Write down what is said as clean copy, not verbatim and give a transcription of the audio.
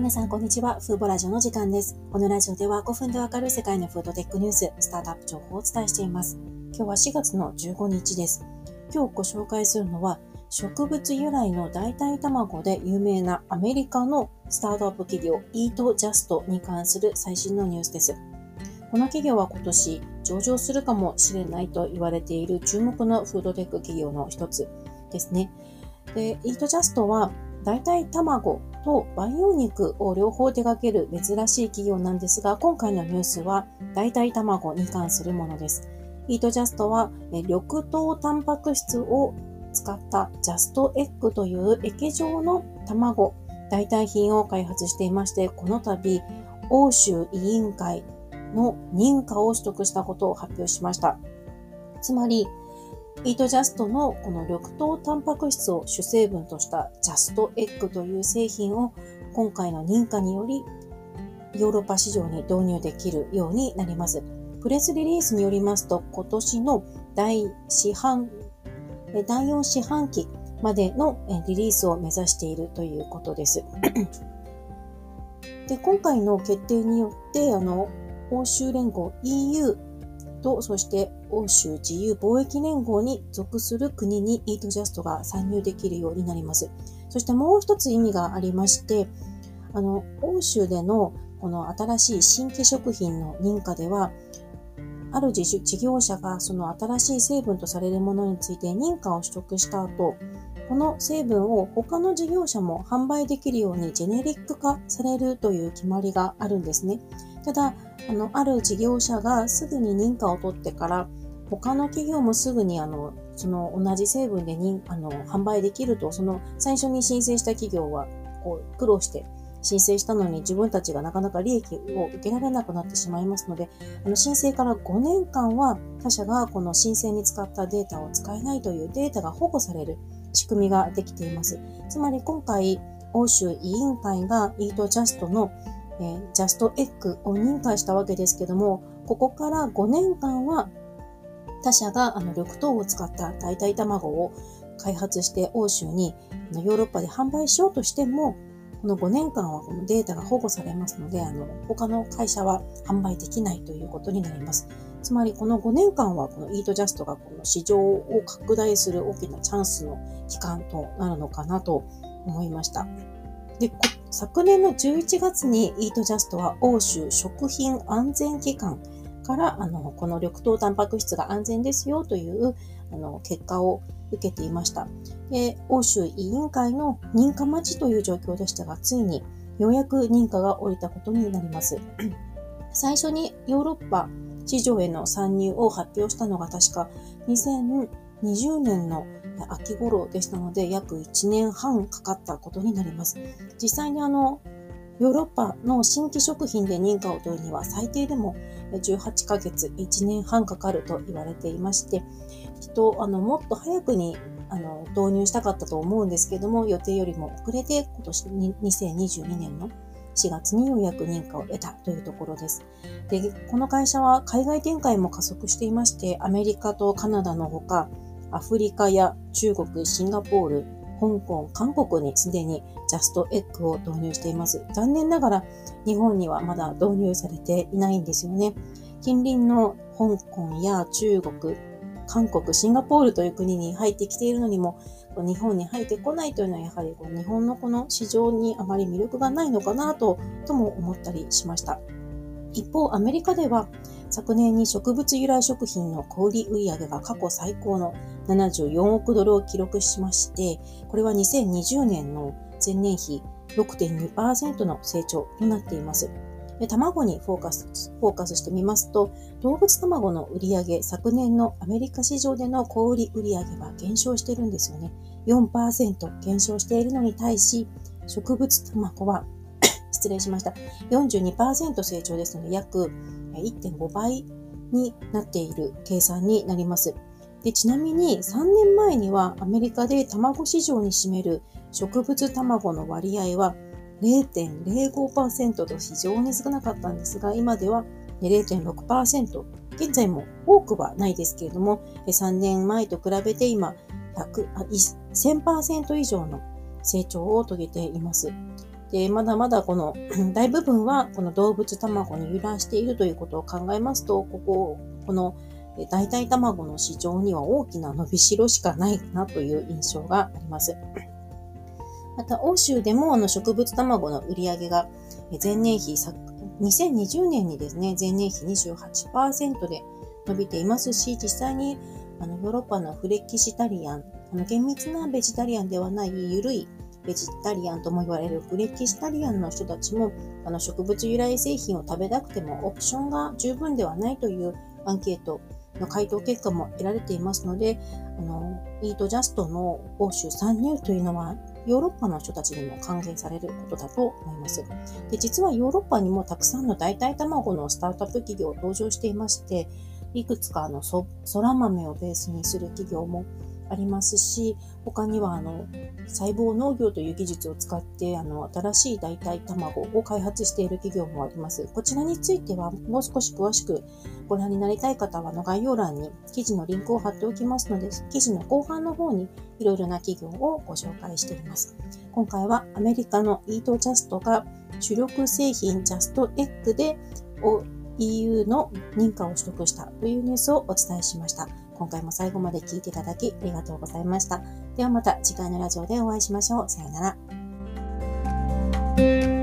皆さんこんにちは。フーボラジオの時間です。このラジオでは5分でわかる世界のフードテックニュース、スタートアップ情報をお伝えしています。今日は4月の15日です。今日ご紹介するのは、植物由来の代替卵で有名なアメリカのスタートアップ企業イートジャストに関する最新のニュースです。この企業は今年上場するかもしれないと言われている注目のフードテック企業の一つですね。で、イートジャストは代替卵と培養肉を両方手掛ける珍しい企業なんですが、今回のニュースは代替卵に関するものです。イートジャストは緑豆タンパク質を使ったジャストエッグという液状の卵、代替品を開発していまして、この度、欧州委員会の認可を取得したことを発表しました。つまり、イートジャストのこの緑豆タンパク質を主成分としたジャストエッグという製品を今回の認可によりヨーロッパ市場に導入できるようになります。プレスリリースによりますと、今年の第4四半期までのリリースを目指しているということです。で、今回の決定によって欧州連合 EU と、そして欧州自由貿易連合に属する国にイートジャストが参入できるようになります。そしてもう一つ意味がありまして、欧州でのこの新しい新規食品の認可では、ある事業者がその新しい成分とされるものについて認可を取得した後、この成分を他の事業者も販売できるようにジェネリック化されるという決まりがあるんですね。ただ、ある事業者がすぐに認可を取ってから、他の企業もすぐにその同じ成分で販売できると、その最初に申請した企業は苦労して申請したのに自分たちがなかなか利益を受けられなくなってしまいますので、申請から5年間は他社がこの申請に使ったデータを使えないというデータが保護される仕組みができています。つまり今回、欧州委員会がイートジャストのジャストエッグを認可したわけですけども、ここから5年間は他社が緑豆を使った代替卵を開発して欧州にヨーロッパで販売しようとしても、この5年間はこのデータが保護されますので、他の会社は販売できないということになります。つまりこの5年間はこのイートジャストがこの市場を拡大する大きなチャンスの期間となるのかなと思いました。で、昨年の11月にイートジャストは欧州食品安全機関からこの緑豆タンパク質が安全ですよという結果を受けていました。で、欧州委員会の認可待ちという状況でしたが、ついにようやく認可が下りたことになります。最初にヨーロッパ市場への参入を発表したのが確か2020年の秋頃でしたので、約1年半かかったことになります。実際にヨーロッパの新規食品で認可を取るには最低でも18ヶ月、1年半かかると言われていまして、もっと早くに導入したかったと思うんですけども、予定よりも遅れて今年2022年の4月にようやく認可を得たというところです。で、この会社は海外展開も加速していまして、アメリカとカナダのほか、アフリカや中国、シンガポール、香港、韓国にすでにジャストエッグを導入しています。残念ながら日本にはまだ導入されていないんですよね。近隣の香港や中国、韓国、シンガポールという国に入ってきているのにも、日本に入ってこないというのはやはり日本のこの市場にあまり魅力がないのかなとも思ったりしました。一方、アメリカでは昨年に植物由来食品の小売売上が過去最高の74億ドルを記録しまして、これは2020年の前年比 6.2% の成長となっています。で、卵にフォーカスしてみますと、動物卵の売上、昨年のアメリカ市場での小売売上は減少しているんですよね。4% 減少しているのに対し、植物卵は失礼しました。42% 成長ですので、約 1.5 倍になっている計算になります。で、ちなみに3年前にはアメリカで卵市場に占める植物卵の割合は 0.05% と非常に少なかったんですが、今では 0.6%。現在も多くはないですけれども、3年前と比べて今 1000% 以上の成長を遂げています。 で、まだまだこの大部分はこの動物卵に由来しているということを考えますと、この代替卵の市場には大きな伸びしろしかないなという印象があります。また、欧州でも植物卵の売り上げが前年比、2020年にですね、前年比 28% で伸びていますし、実際にヨーロッパのフレキシタリアン、厳密なベジタリアンではない緩いベジタリアンとも言われるフレキシタリアンの人たちも植物由来製品を食べたくてもオプションが十分ではないというアンケートの回答結果も得られていますので、イートジャストの欧州参入というのはヨーロッパの人たちにも歓迎されることだと思います。で、実はヨーロッパにもたくさんの代替卵のスタートアップ企業登場していまして、いくつかそら豆をベースにする企業もありますし、他には細胞農業という技術を使って新しい代替卵を開発している企業もあります。こちらについてはもう少し詳しくご覧になりたい方は概要欄に記事のリンクを貼っておきますので、記事の後半の方にいろいろな企業をご紹介しています。今回はアメリカのイートジャストが主力製品ジャストエッグでEU の認可を取得したというニュースをお伝えしました。今回も最後まで聞いていただきありがとうございました。ではまた次回のラジオでお会いしましょう。さようなら。